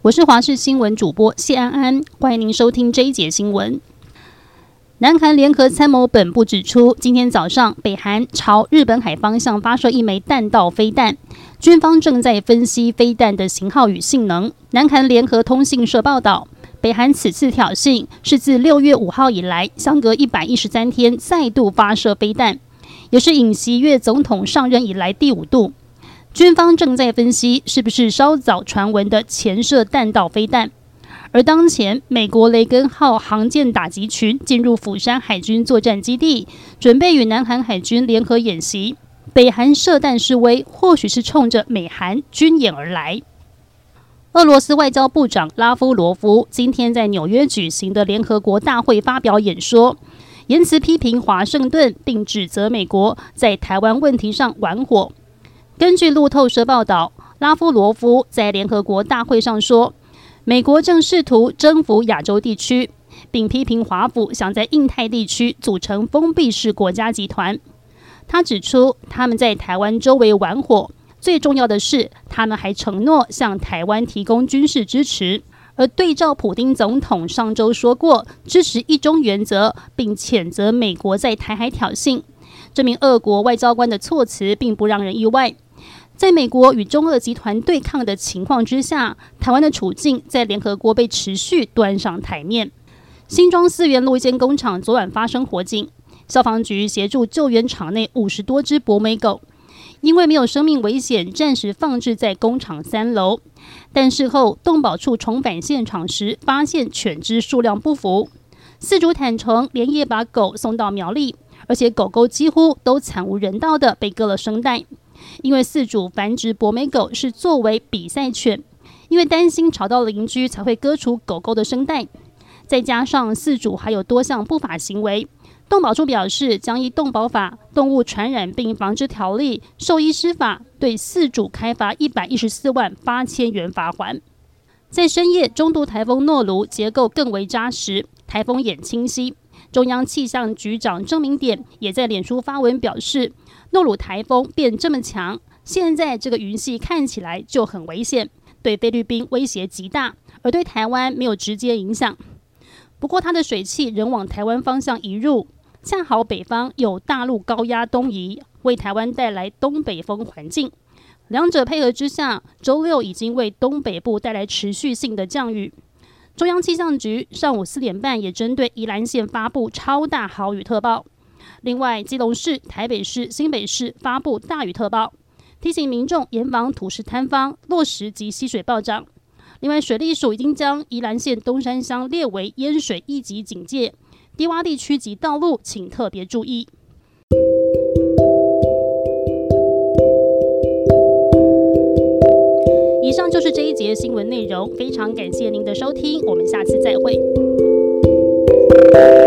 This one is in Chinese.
我是华视新闻主播谢安安，欢迎您收听这一节新闻。南韩联合参谋本部指出，今天早上北韩朝日本海方向发射一枚弹道飞弹，军方正在分析飞弹的型号与性能。南韩联合通讯社报道，北韩此次挑衅是自6月5号以来相隔113天再度发射飞弹，也是尹锡悦总统上任以来第5度。军方正在分析是不是稍早传闻的潜射弹道飞弹。而当前，美国雷根号航舰打击群进入釜山海军作战基地，准备与南韩海军联合演习。北韩射弹示威，或许是冲着美韩军演而来。俄罗斯外交部长拉夫罗夫今天在纽约举行的联合国大会发表演说，言辞批评华盛顿，并指责美国在台湾问题上玩火。根据路透社报道，拉夫罗夫在联合国大会上说，美国正试图征服亚洲地区，并批评华府想在印太地区组成封闭式国家集团。他指出，他们在台湾周围玩火，最重要的是，他们还承诺向台湾提供军事支持。而对照普丁总统上周说过支持一中原则，并谴责美国在台海挑衅，这名俄国外交官的措辞并不让人意外。在美国与中俄集团对抗的情况之下，台湾的处境在联合国被持续端上台面。新庄4元路一间工厂昨晚发生火警，消防局协助救援场内50多只博美狗，因为没有生命危险，暂时放置在工厂3楼。但事后动保处重返现场时，发现犬只数量不符，饲主坦承连夜把狗送到苗栗，而且狗狗几乎都惨无人道的被割了声带。因为饲主繁殖博美狗是作为比赛犬，因为担心吵到邻居才会割除狗狗的声带，再加上饲主还有多项不法行为，动保处表示将依动保法、动物传染病防治条例、兽医师法对饲主开罚114万8千元罚锾。在深夜，中度台风诺卢结构更为扎实，台风眼清晰。中央气象局长郑明典也在脸书发文表示，诺鲁台风变这么强，现在这个云系看起来就很危险，对菲律宾威胁极大，而对台湾没有直接影响。不过它的水汽仍往台湾方向移入，恰好北方有大陆高压东移，为台湾带来东北风环境。两者配合之下，周六已经为东北部带来持续性的降雨。中央气象局上午4点半也针对宜兰县发布超大豪雨特报。另外，基隆市、台北市、新北市发布大雨特报，提醒民众严防土石坍方、落石及溪水暴涨。另外，水利署已经将宜兰县东山乡列为淹水一级警戒，低洼地区及道路请特别注意。以上就是这一节新闻内容，非常感谢您的收听，我们下次再会。